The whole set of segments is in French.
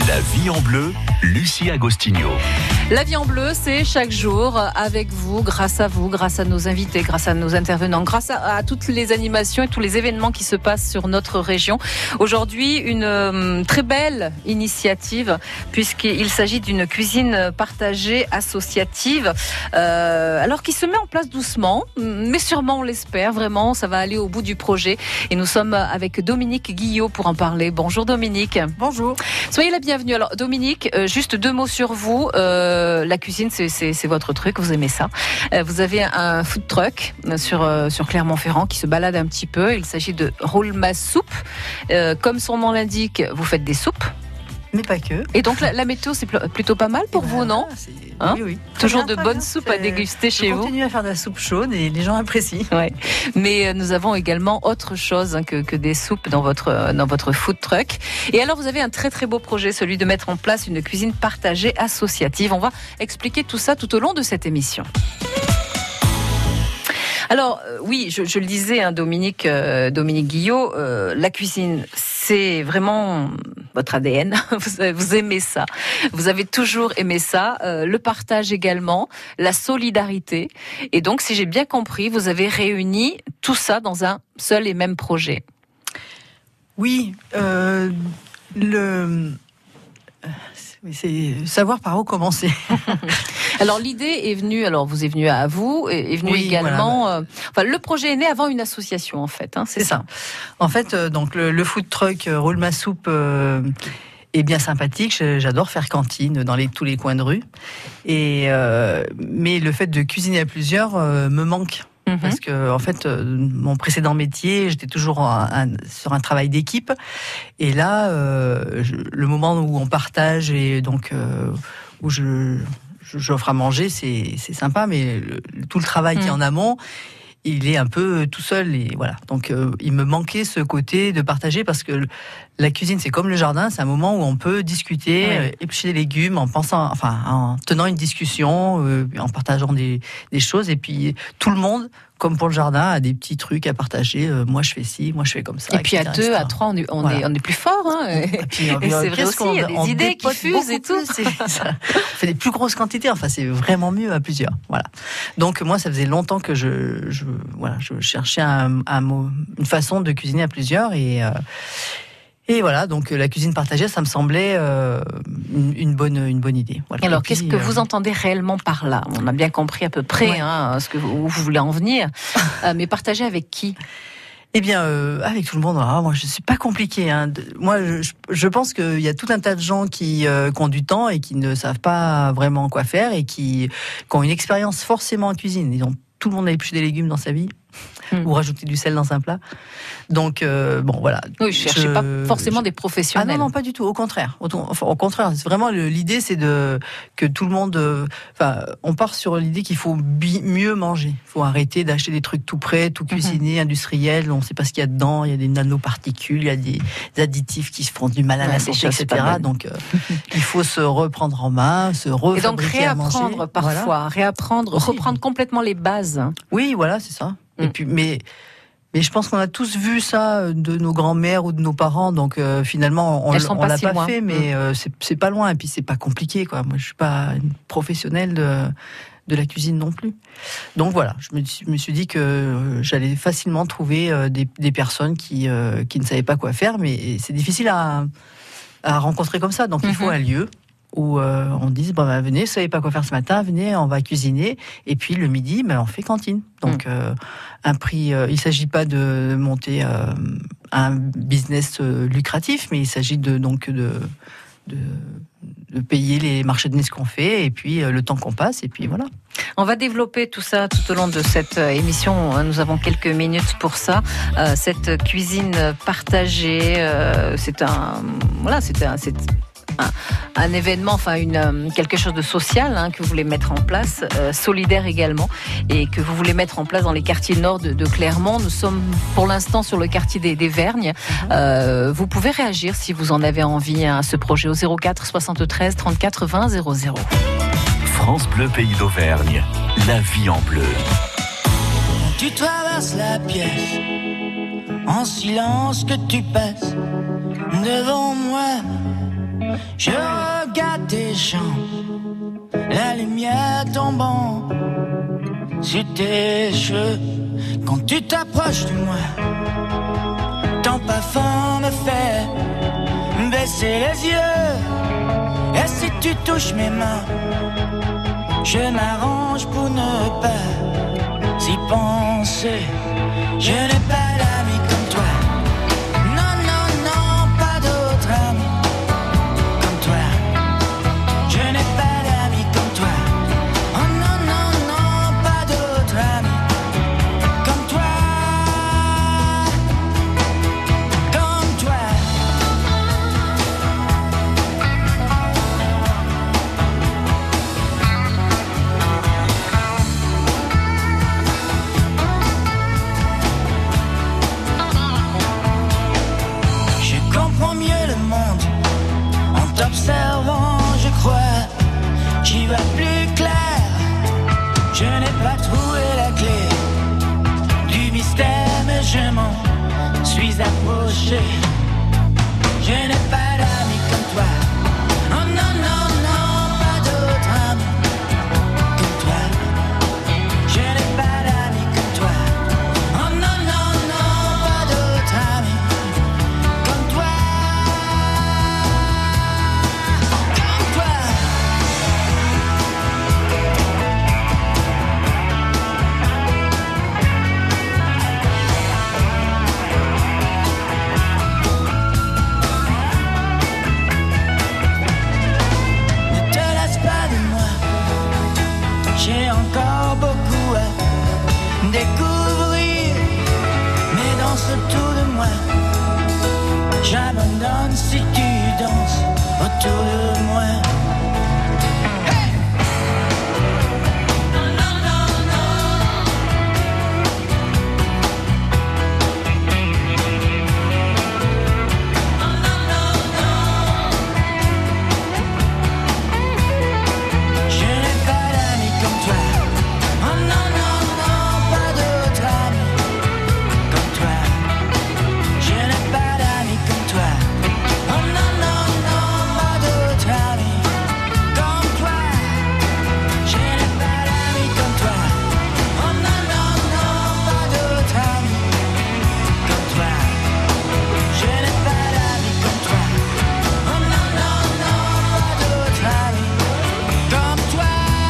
La vie en bleu, Lucie Agostinho. La vie en bleu, c'est chaque jour avec vous, grâce à nos invités, grâce à nos intervenants, grâce à toutes les animations et tous les événements qui se passent sur notre région. Aujourd'hui, une très belle initiative puisqu'il s'agit d'une cuisine partagée associative, alors qui se met en place doucement, mais sûrement on l'espère, vraiment, ça va aller au bout du projet. Et nous sommes avec Dominique Guillot pour en parler. Bonjour Dominique. Bonjour. Soyez la bienvenue. Alors Dominique, juste 2 mots sur vous. La cuisine, c'est votre truc, vous aimez ça. Vous avez un food truck sur Clermont-Ferrand qui se balade un petit peu. Il s'agit de Roule ma soupe. Comme son nom l'indique, vous faites des soupes. Mais pas que. Et donc la météo, c'est plutôt pas mal pour vous, non ? Oui. Toujours de bonnes soupes à déguster chez vous. On continue à faire de la soupe chaude et les gens apprécient. Ouais. Mais nous avons également autre chose que des soupes dans votre food truck. Et alors vous avez un très très beau projet, celui de mettre en place une cuisine partagée associative. On va expliquer tout ça tout au long de cette émission. Alors oui, je le disais, hein, Dominique Guillot, la cuisine, c'est vraiment votre ADN. Vous aimez ça. Vous avez toujours aimé ça. Le partage également, la solidarité. Et donc, si j'ai bien compris, vous avez réuni tout ça dans un seul et même projet. Oui, c'est savoir par où commencer. Alors l'idée est venue, vous est venue à vous, est venue également. Voilà. Le projet est né avant une association en fait. Hein, c'est ça. En fait, donc le food truck Roule ma soupe est bien sympathique. J'adore faire cantine dans tous les coins de rue. Mais le fait de cuisiner à plusieurs me manque. Parce que, en fait, mon précédent métier, j'étais toujours sur un travail d'équipe. Et là, le moment où on partage et donc où j'offre à manger, c'est sympa, mais tout le travail qui est en amont, il est un peu tout seul. Et voilà. Donc, il me manquait ce côté de partager parce que la cuisine, c'est comme le jardin, c'est un moment où on peut discuter, éplucher des légumes, en tenant une discussion, en partageant des choses. Et puis, tout le monde, comme pour le jardin, a des petits trucs à partager. Moi, je fais ci, moi, je fais comme ça. Et puis, à 2, à 3, on est plus fort. Hein. Et c'est vrai aussi, il y a des idées qui fusent et tout. On fait des plus grosses quantités. Enfin, c'est vraiment mieux à plusieurs. Voilà. Donc, moi, ça faisait longtemps que je cherchais une façon de cuisiner à plusieurs. Et voilà, donc la cuisine partagée, ça me semblait une bonne idée. Voilà. Alors, qu'est-ce que vous entendez réellement par là ? On a bien compris à peu près où vous voulez en venir, mais partager avec qui ? Eh bien, avec tout le monde. Moi, je suis pas compliqué. Hein. Moi, je pense qu'il y a tout un tas de gens qui ont du temps et qui ne savent pas vraiment quoi faire et qui ont une expérience forcément en cuisine. Tout le monde a épluché des légumes dans sa vie ou rajouté du sel dans un plat. Donc, voilà. Oui, je ne cherchais pas forcément des professionnels. Ah non, pas du tout. Au contraire. Au contraire, c'est vraiment l'idée, c'est que tout le monde... on part sur l'idée qu'il faut mieux manger. Il faut arrêter d'acheter des trucs tout prêts, tout cuisinés, industriels. On ne sait pas ce qu'il y a dedans. Il y a des nanoparticules, il y a des additifs qui se font du mal à la santé, etc. Donc, il faut se reprendre en main, se refabriquer à manger. Et donc, réapprendre parfois, reprendre complètement les bases. Oui, voilà, c'est ça. Et puis, mais je pense qu'on a tous vu ça de nos grands-mères ou de nos parents, donc finalement on l'a pas fait, mais c'est pas loin et puis c'est pas compliqué quoi. Moi je suis pas une professionnelle de la cuisine non plus. Donc voilà, je me suis dit que j'allais facilement trouver des personnes qui ne savaient pas quoi faire, mais c'est difficile à rencontrer comme ça. Donc il faut un lieu où on dise venez, vous savez pas quoi faire ce matin, venez, on va cuisiner, et puis le midi on fait cantine. Donc un prix, il s'agit pas de monter un business lucratif, mais il s'agit de payer les marchandises qu'on fait et puis le temps qu'on passe et puis voilà. On va développer tout ça tout au long de cette émission. Nous avons quelques minutes pour ça. Cette cuisine partagée, c'est un événement, quelque chose de social que vous voulez mettre en place, solidaire également, et que vous voulez mettre en place dans les quartiers nord de Clermont. Nous sommes pour l'instant sur le quartier des Vergnes. Vous pouvez réagir si vous en avez envie à ce projet au 04 73 34 20 00. France Bleu Pays d'Auvergne, la vie en bleu. Tu traverses la pièce, en silence que tu passes devant moi. Je regarde tes jambes, la lumière tombant sur tes cheveux. Quand tu t'approches de moi, ton parfum me fait baisser les yeux. Et si tu touches mes mains, je m'arrange pour ne pas y penser. Je n'ai pas d'amis comme toi. Non, non, non, pas d'autre ami comme toi. Je n'ai pas d'amis comme toi. Oh non, non, non, pas d'autre ami comme toi. Comme toi. T'observant, je crois, j'y vois plus clair. Je n'ai pas trouvé la clé du mystère, mais je m'en suis approché. Je n'ai pas d'amis comme toi. Oh non, non, non, pas d'autre ami comme toi. Je n'ai pas d'amis comme toi. Oh non, non, non, pas d'autre ami comme toi. J'ai encore beaucoup à découvrir, mais dans ce tour de moi, j'abandonne si tu danses autour de moi. Hey! Non, non, non, non. Non, non, non, non. Je n'ai pas d'amis comme toi. Oh non, non, non, pas d'autre ami comme toi. Je n'ai pas d'amis comme toi. Oh non, non, non, pas d'autre ami comme toi. Je n'ai pas d'amis comme toi. Oh non, non, non, pas d'autre ami comme toi. Je n'ai pas d'amis comme toi. Oh non, non, non, pas d'autre ami comme toi.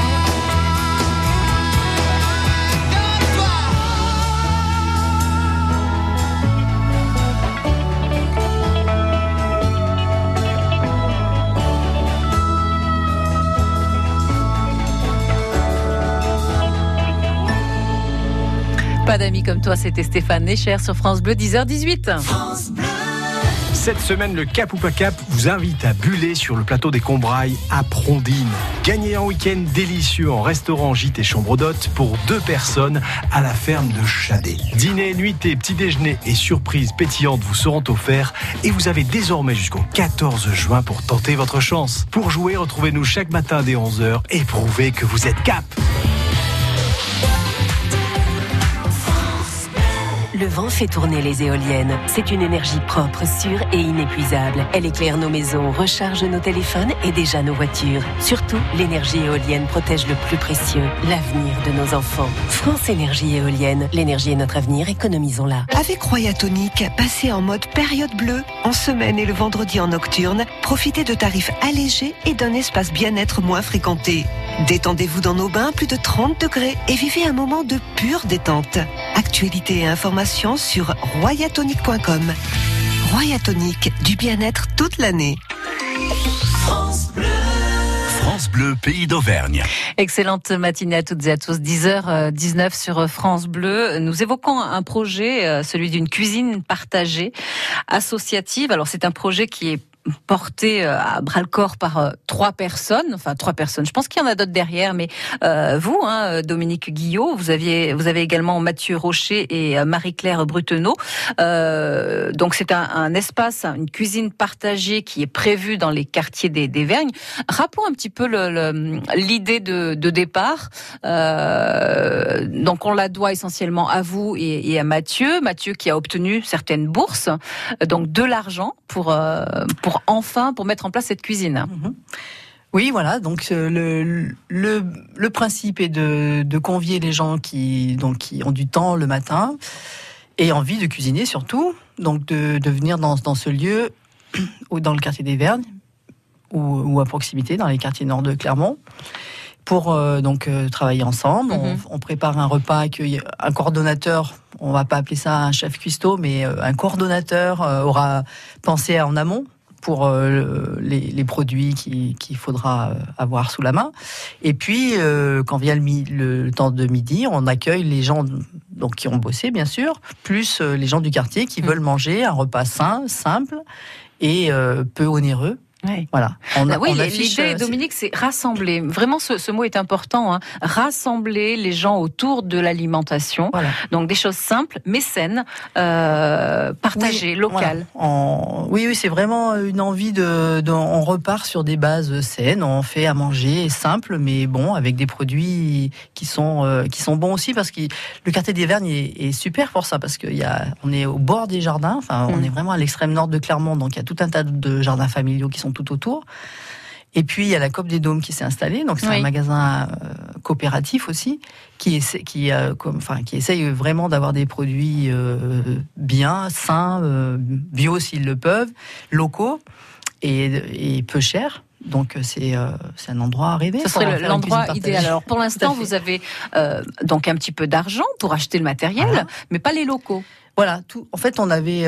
Pas d'amis comme toi, c'était Stéphane Necher sur France Bleu, 10h18. Cette semaine, le Cap ou pas Cap vous invite à buller sur le plateau des Combrailles à Prondine. Gagnez un week-end délicieux en restaurant, gîte et chambre d'hôte pour 2 personnes à la ferme de Chadet. Dîner, nuitée, petit déjeuner et surprises pétillantes vous seront offerts et vous avez désormais jusqu'au 14 juin pour tenter votre chance. Pour jouer, retrouvez-nous chaque matin dès 11h et prouvez que vous êtes Cap. Le vent fait tourner les éoliennes. C'est une énergie propre, sûre et inépuisable. Elle éclaire nos maisons, recharge nos téléphones et déjà nos voitures. Surtout, l'énergie éolienne protège le plus précieux, l'avenir de nos enfants. France Énergie Éolienne. L'énergie est notre avenir, économisons-la. Avec Royatonic, passez en mode période bleue, en semaine et le vendredi en nocturne. Profitez de tarifs allégés et d'un espace bien-être moins fréquenté. Détendez-vous dans nos bains, plus de 30 degrés, et vivez un moment de pure détente. Actualités et informations sur royatonic.com. Royatonic, du bien-être toute l'année. France Bleu, pays d'Auvergne. Excellente matinée à toutes et à tous. 10h19 sur France Bleu. Nous évoquons un projet, celui d'une cuisine partagée associative. Alors c'est un projet qui est porté à bras-le-corps par 3 personnes, enfin 3 personnes. Je pense qu'il y en a d'autres derrière, mais vous, Dominique Guillot, vous avez également Mathieu Rocher et Marie-Claire Brutenot. Donc c'est un espace, une cuisine partagée qui est prévue dans les quartiers des Vergnes. Rappelons un petit peu l'idée de départ. Donc on la doit essentiellement à vous et à Mathieu. Mathieu qui a obtenu certaines bourses, donc de l'argent pour pour mettre en place cette cuisine. Oui, voilà. Donc le principe est de convier les gens qui ont du temps le matin et envie de cuisiner surtout. Donc de venir dans ce lieu ou dans le quartier des Vergnes ou à proximité dans les quartiers nord de Clermont pour travailler ensemble. On prépare un repas avec un coordonnateur. On va pas appeler ça un chef cuistot, mais un coordonnateur aura pensé en amont pour les produits qu'il faudra avoir sous la main. Et puis, quand vient le temps de midi, on accueille les gens qui ont bossé, bien sûr, plus les gens du quartier qui veulent manger un repas sain, simple et peu onéreux. Oui. Voilà. L'idée, Dominique, c'est rassembler. Vraiment, ce mot est important. Rassembler les gens autour de l'alimentation. Voilà. Donc des choses simples, mais saines, partagées, locales. Voilà. Oui, c'est vraiment une envie on repart sur des bases saines. On fait à manger simple, mais bon, avec des produits qui sont bons aussi, parce que le quartier des Vergnes est super pour ça, parce on est au bord des jardins. Enfin, on est vraiment à l'extrême nord de Clermont, donc il y a tout un tas de jardins familiaux qui sont tout autour. Et puis il y a la Coop des Dômes qui s'est installée, donc c'est un magasin coopératif aussi qui essaye vraiment d'avoir des produits bien sains, bio s'ils le peuvent, locaux et peu chers. Donc c'est un endroit à rêver. Ce serait l'endroit idéal. Alors pour l'instant, vous avez donc un petit peu d'argent pour acheter le matériel, mais pas les locaux. Voilà, tout. En fait, on avait,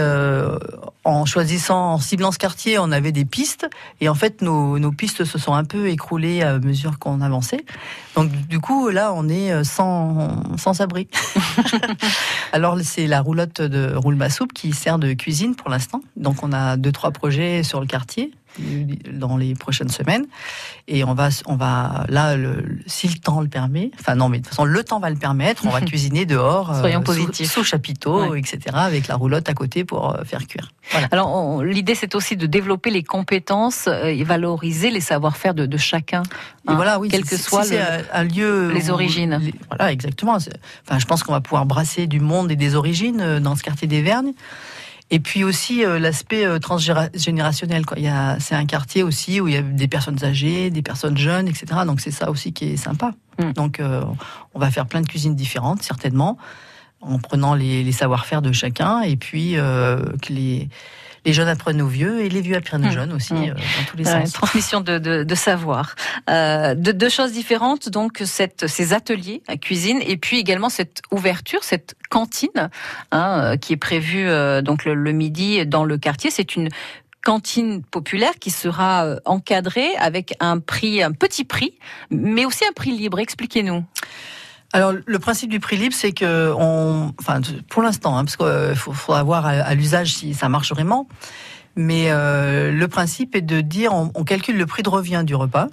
en ciblant ce quartier, on avait des pistes. Et en fait, nos pistes se sont un peu écroulées à mesure qu'on avançait. Donc, du coup, là, on est sans abri. Alors, c'est la roulotte de Roule-ma-soupe qui sert de cuisine pour l'instant. Donc, on a 2-3 projets sur le quartier dans les prochaines semaines. Et on va là, si le temps le permet, enfin non, mais de toute façon, le temps va le permettre, on va cuisiner dehors, soyons positifs, sous chapiteau, etc., avec la roulotte à côté pour faire cuire. Voilà. Alors, l'idée, c'est aussi de développer les compétences et valoriser les savoir-faire de chacun. Et voilà, oui, quel que soit un lieu, les origines. Voilà, exactement. Enfin, je pense qu'on va pouvoir brasser du monde et des origines dans ce quartier des Vergnes. Et puis aussi l'aspect transgénérationnel, quoi. C'est un quartier aussi où il y a des personnes âgées, des personnes jeunes, etc. Donc c'est ça aussi qui est sympa. Donc on va faire plein de cuisines différentes, certainement, en prenant les savoir-faire de chacun, et puis que les jeunes apprennent aux vieux et les vieux apprennent aux jeunes aussi, dans tous les sens. Transmission de savoir. Deux choses différentes, donc ces ateliers à cuisine et puis également cette ouverture, cette cantine qui est prévue donc le midi dans le quartier. C'est une cantine populaire qui sera encadrée avec un petit prix, mais aussi un prix libre. Expliquez-nous. Alors, le principe du prix libre, c'est que pour l'instant, parce qu'il faudra voir à l'usage si ça marche vraiment, mais le principe est de dire, on calcule le prix de revient du repas,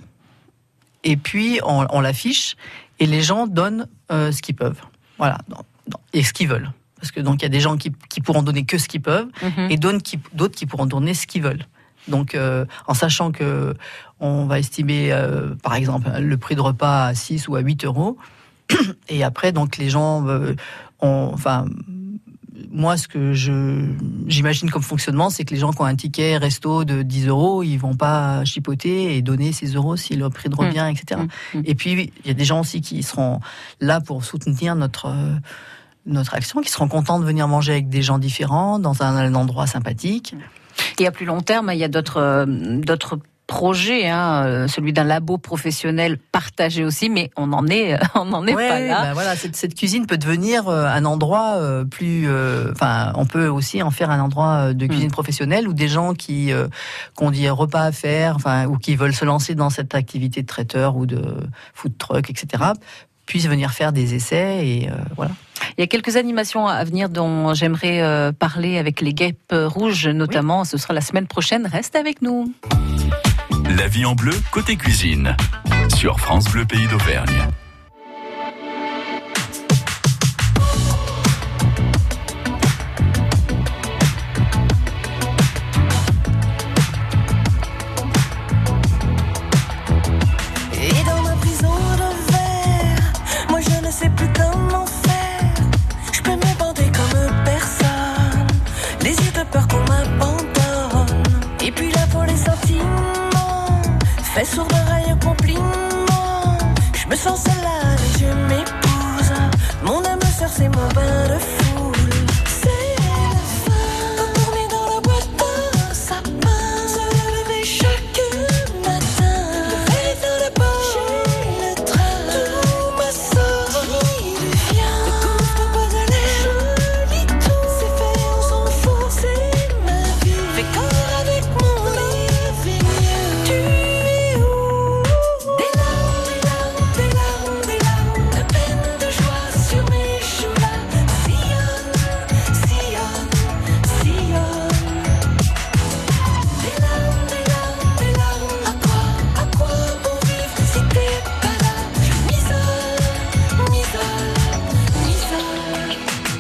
et puis on l'affiche, et les gens donnent ce qu'ils peuvent. Voilà, et ce qu'ils veulent. Parce que donc il y a des gens qui pourront donner que ce qu'ils peuvent, et d'autres qui pourront donner ce qu'ils veulent. Donc, en sachant que on va estimer, par exemple, le prix de repas à 6 ou à 8 euros, et après, donc, les gens moi, ce que j'imagine comme fonctionnement, c'est que les gens qui ont un ticket resto de 10 euros, ils vont pas chipoter et donner ces euros si le prix de revient, etc. Et puis, il y a des gens aussi qui seront là pour soutenir notre action, qui seront contents de venir manger avec des gens différents, dans un endroit sympathique. Et à plus long terme, il y a d'autres projet, celui d'un labo professionnel partagé aussi, mais on n'en est pas là. Ben voilà, cette cuisine peut devenir un endroit on peut aussi en faire un endroit de cuisine professionnelle où des gens qui ont des repas à faire, ou qui veulent se lancer dans cette activité de traiteur ou de food truck, etc., puissent venir faire des essais et voilà. Il y a quelques animations à venir dont j'aimerais parler avec les Guêpes Rouges notamment. Oui. Ce sera la semaine prochaine. Reste avec nous. La vie en bleu, côté cuisine, sur France Bleu Pays d'Auvergne. Et dans ma prison de verre, moi je ne sais plus comment faire. Je peux me bander comme personne, les yeux de peur qu'on m'abandonne. Et puis la folie fait sourd d'oreille au compliment. Je me sens celle-là et je m'épouse. Mon âme sœur, c'est mon bain de foule. C'est la fin. Retourner dans la boîte à sapin. Se lever chaque matin. Lever dans le bord, j'ai le train. Tout ma sortie devient. Ne couvre pas de l'air, je lis tout. C'est fait, on s'en fout, c'est ma vie. Fais corps avec mon livre. Tu es où? Des larmes, des larmes, des larmes, des larmes. De peine, de joie sur mes joues là. Sillonne, sillonne, sillonne. Des larmes, des larmes, des larmes. À quoi bon vivre si t'es pas là? Je m'isole, m'isole, m'isole.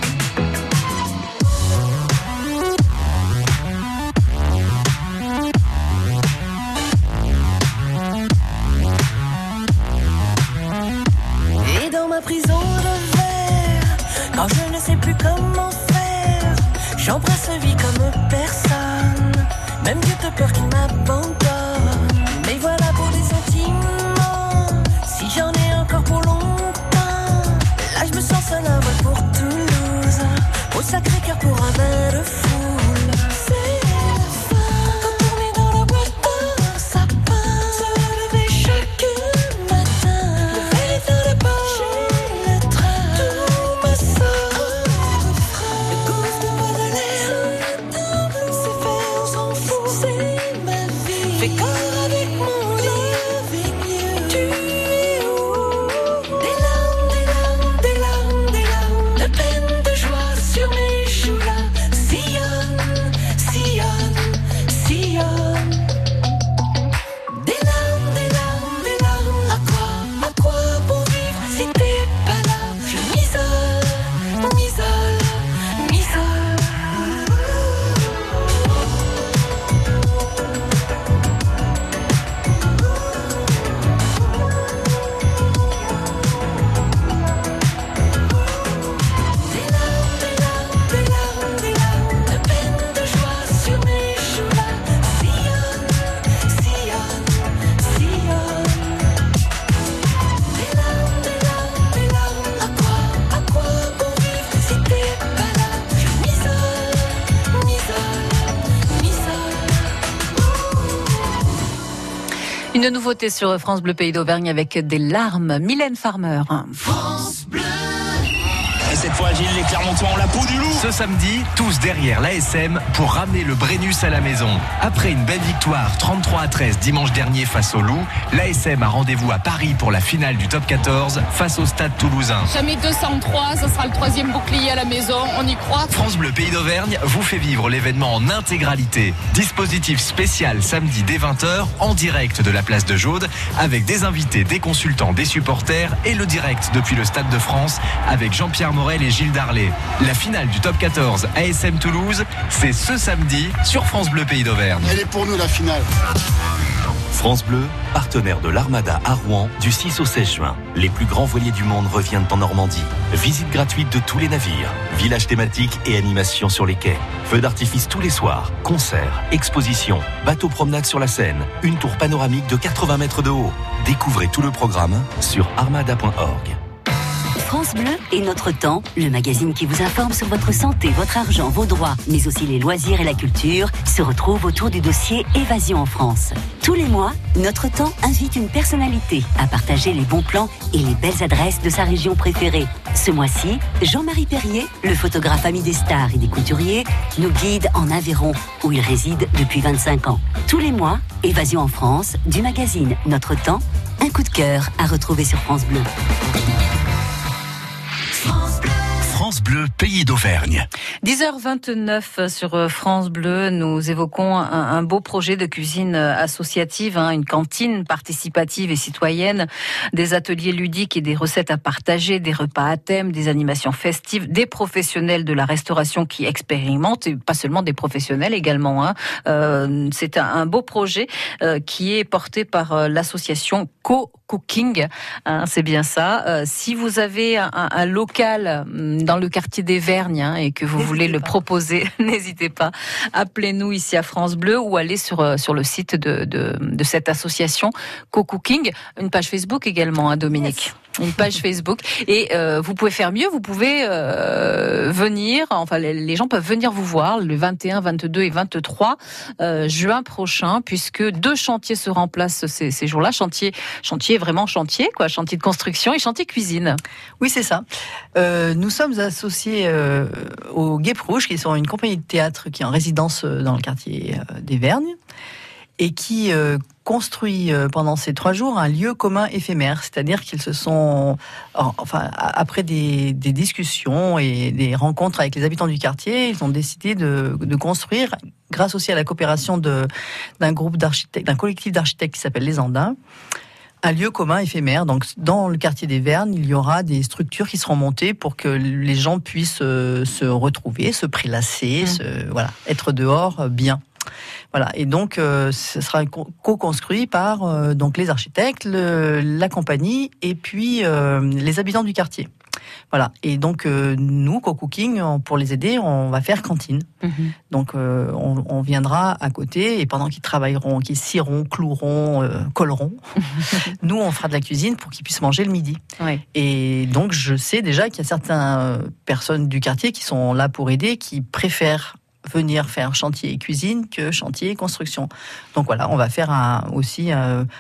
Et dans ma prison de verre, quand je ne sais plus comment faire, j'embrasse vie comme personne, même Dieu te peur qu'il m'abandonne. Mais voilà pour les sentiments, si j'en ai encore pour longtemps. Là je me sens seul à vol pour Toulouse, au Sacré-Cœur pour un bain de foule. C'est la fin, retourner dans la boîte à sapin. Se lever chaque matin, lever dans le bord, j'ai le train. Tout ma sort, le gouffre de pas de l'air. C'est fait, on s'en fout, c'est ma vie. Fais corps avec mon livre. Tu es où? Des larmes, des larmes, des larmes, des larmes. De peine, de joie sur mes joues là. Sillonne, sillonne, sillonne. Des larmes, des larmes, des larmes. À quoi bon vivre si t'es pas là? Je m'isole, m'isole, m'isole. Des larmes, des larmes, des larmes, des larmes. De peine, de joie sur mes joues là. Sillonne, sillonne, sillonne. Des larmes, des larmes, des larmes. À quoi bon vivre si t'es pas là? Je m'isole, m'isole, m'isole. Une nouveauté sur France Bleu Pays d'Auvergne avec des larmes. Mylène Farmer. Et cette fois, Gilles, les Clermontois ont la peau du loup. Ce samedi, tous derrière l'ASM pour ramener le Brennus à la maison. Après une belle victoire 33-13 dimanche dernier face au Loup, l'ASM a rendez-vous à Paris pour la finale du Top 14 face au Stade Toulousain. Jamais 203, ça sera le 3e bouclier à la maison, on y croit. France Bleu Pays d'Auvergne vous fait vivre l'événement en intégralité. Dispositif spécial samedi dès 20h en direct de la place de Jaude avec des invités, des consultants, des supporters et le direct depuis le Stade de France avec Jean-Pierre Morel et Gilles Darlet. La finale du Top 14 ASM Toulouse, c'est ce samedi sur France Bleu Pays d'Auvergne. Elle est pour nous la finale. France Bleu, partenaire de l'Armada à Rouen du 6 au 16 juin. Les plus grands voiliers du monde reviennent en Normandie. Visite gratuite de tous les navires, villages thématiques et animations sur les quais. Feux d'artifice tous les soirs, concerts, expositions, bateaux promenades sur la Seine, une tour panoramique de 80 mètres de haut. Découvrez tout le programme sur armada.org. France Bleu et Notre Temps, le magazine qui vous informe sur votre santé, votre argent, vos droits, mais aussi les loisirs et la culture, se retrouve autour du dossier Évasion en France. Tous les mois, Notre Temps invite une personnalité à partager les bons plans et les belles adresses de sa région préférée. Ce mois-ci, Jean-Marie Perrier, le photographe ami des stars et des couturiers, nous guide en Aveyron, où il réside depuis 25 ans. Tous les mois, Évasion en France, du magazine Notre Temps, un coup de cœur à retrouver sur France Bleu. France Bleu Pays d'Auvergne. 10h29 sur France Bleu, nous évoquons un beau projet de cuisine associative, une cantine participative et citoyenne, des ateliers ludiques et des recettes à partager, des repas à thème, des animations festives, des professionnels de la restauration qui expérimentent, et pas seulement des professionnels également. C'est un beau projet qui est porté par l'association Co-Cooking, c'est bien ça. Si vous avez un local dans le quartier des Vergnes et que vous voulez le proposer, n'hésitez pas. Appelez-nous ici à France Bleu ou allez sur le site de cette association Co-Cooking. Une page Facebook également, Dominique. Yes. Une page Facebook. Et vous pouvez faire mieux, vous pouvez venir, enfin les gens peuvent venir vous voir le 21, 22 et 23 juin prochain, puisque 2 chantiers seront en place ces jours-là. Chantier vraiment chantier, quoi, chantier de construction et chantier cuisine. Oui, c'est ça. Nous sommes associés au Guêpe Rouge, qui sont une compagnie de théâtre qui est en résidence dans le quartier des Vergnes et qui construit pendant ces 3 jours un lieu commun éphémère, c'est-à-dire qu'ils se sont, enfin après des discussions et des rencontres avec les habitants du quartier, ils ont décidé de construire, grâce aussi à la coopération d'un groupe d'architectes, d'un collectif d'architectes qui s'appelle Les Andins, un lieu commun éphémère. Donc, dans le quartier des Vergnes, il y aura des structures qui seront montées pour que les gens puissent se retrouver, se prélasser, être dehors bien. Voilà. Et donc, ce sera co-construit par donc les architectes, la compagnie et puis les habitants du quartier. Voilà. Et donc, nous, Co-Cooking, pour les aider, on va faire cantine. Donc, on viendra à côté et pendant qu'ils travailleront, qu'ils scieront, cloueront, colleront, nous, on fera de la cuisine pour qu'ils puissent manger le midi. Oui. Et donc, je sais déjà qu'il y a certaines personnes du quartier qui sont là pour aider, qui préfèrent venir faire chantier et cuisine que chantier et construction. Donc voilà, on va faire aussi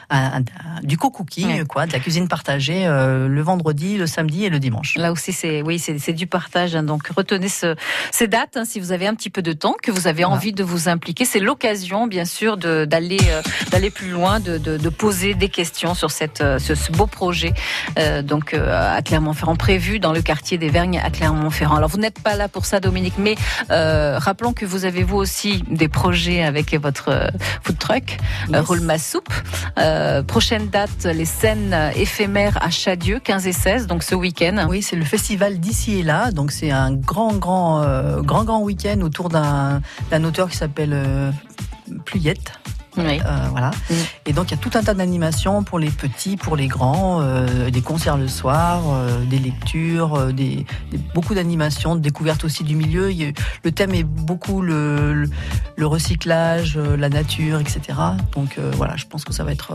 du co-cooking, de la cuisine partagée le vendredi, le samedi et le dimanche. Là aussi, c'est du partage. Donc retenez ces dates si vous avez un petit peu de temps, que vous avez envie de vous impliquer. C'est l'occasion, bien sûr, d'aller plus loin, de poser des questions sur ce beau projet. Donc à Clermont-Ferrand, prévu dans le quartier des Vergnes à Clermont-Ferrand. Alors vous n'êtes pas là pour ça, Dominique, mais rappelons que vous avez vous aussi des projets avec votre food truck, Roule-ma soupe. Prochaine date, les scènes éphémères à Chadieux, 15 et 16, donc ce week-end. Oui, c'est le festival d'ici et là, donc c'est un grand week-end autour d'un auteur qui s'appelle Pluyette. Oui. Voilà. Et donc il y a tout un tas d'animations pour les petits, pour les grands, des concerts le soir, des lectures, beaucoup d'animations, de découvertes aussi du milieu. Le thème est beaucoup le recyclage, la nature, etc. Donc voilà, je pense que ça va être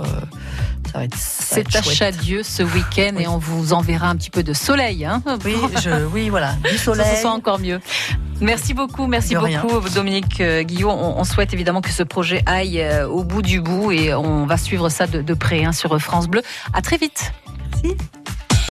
c'est à Chadieux ce week-end et on vous enverra un petit peu de soleil. Oui, voilà, du soleil. Ça se sent encore mieux. Merci beaucoup, Dominique Guillot. On souhaite évidemment que ce projet aille au bout du bout et on va suivre ça de près sur France Bleu. À très vite. Merci.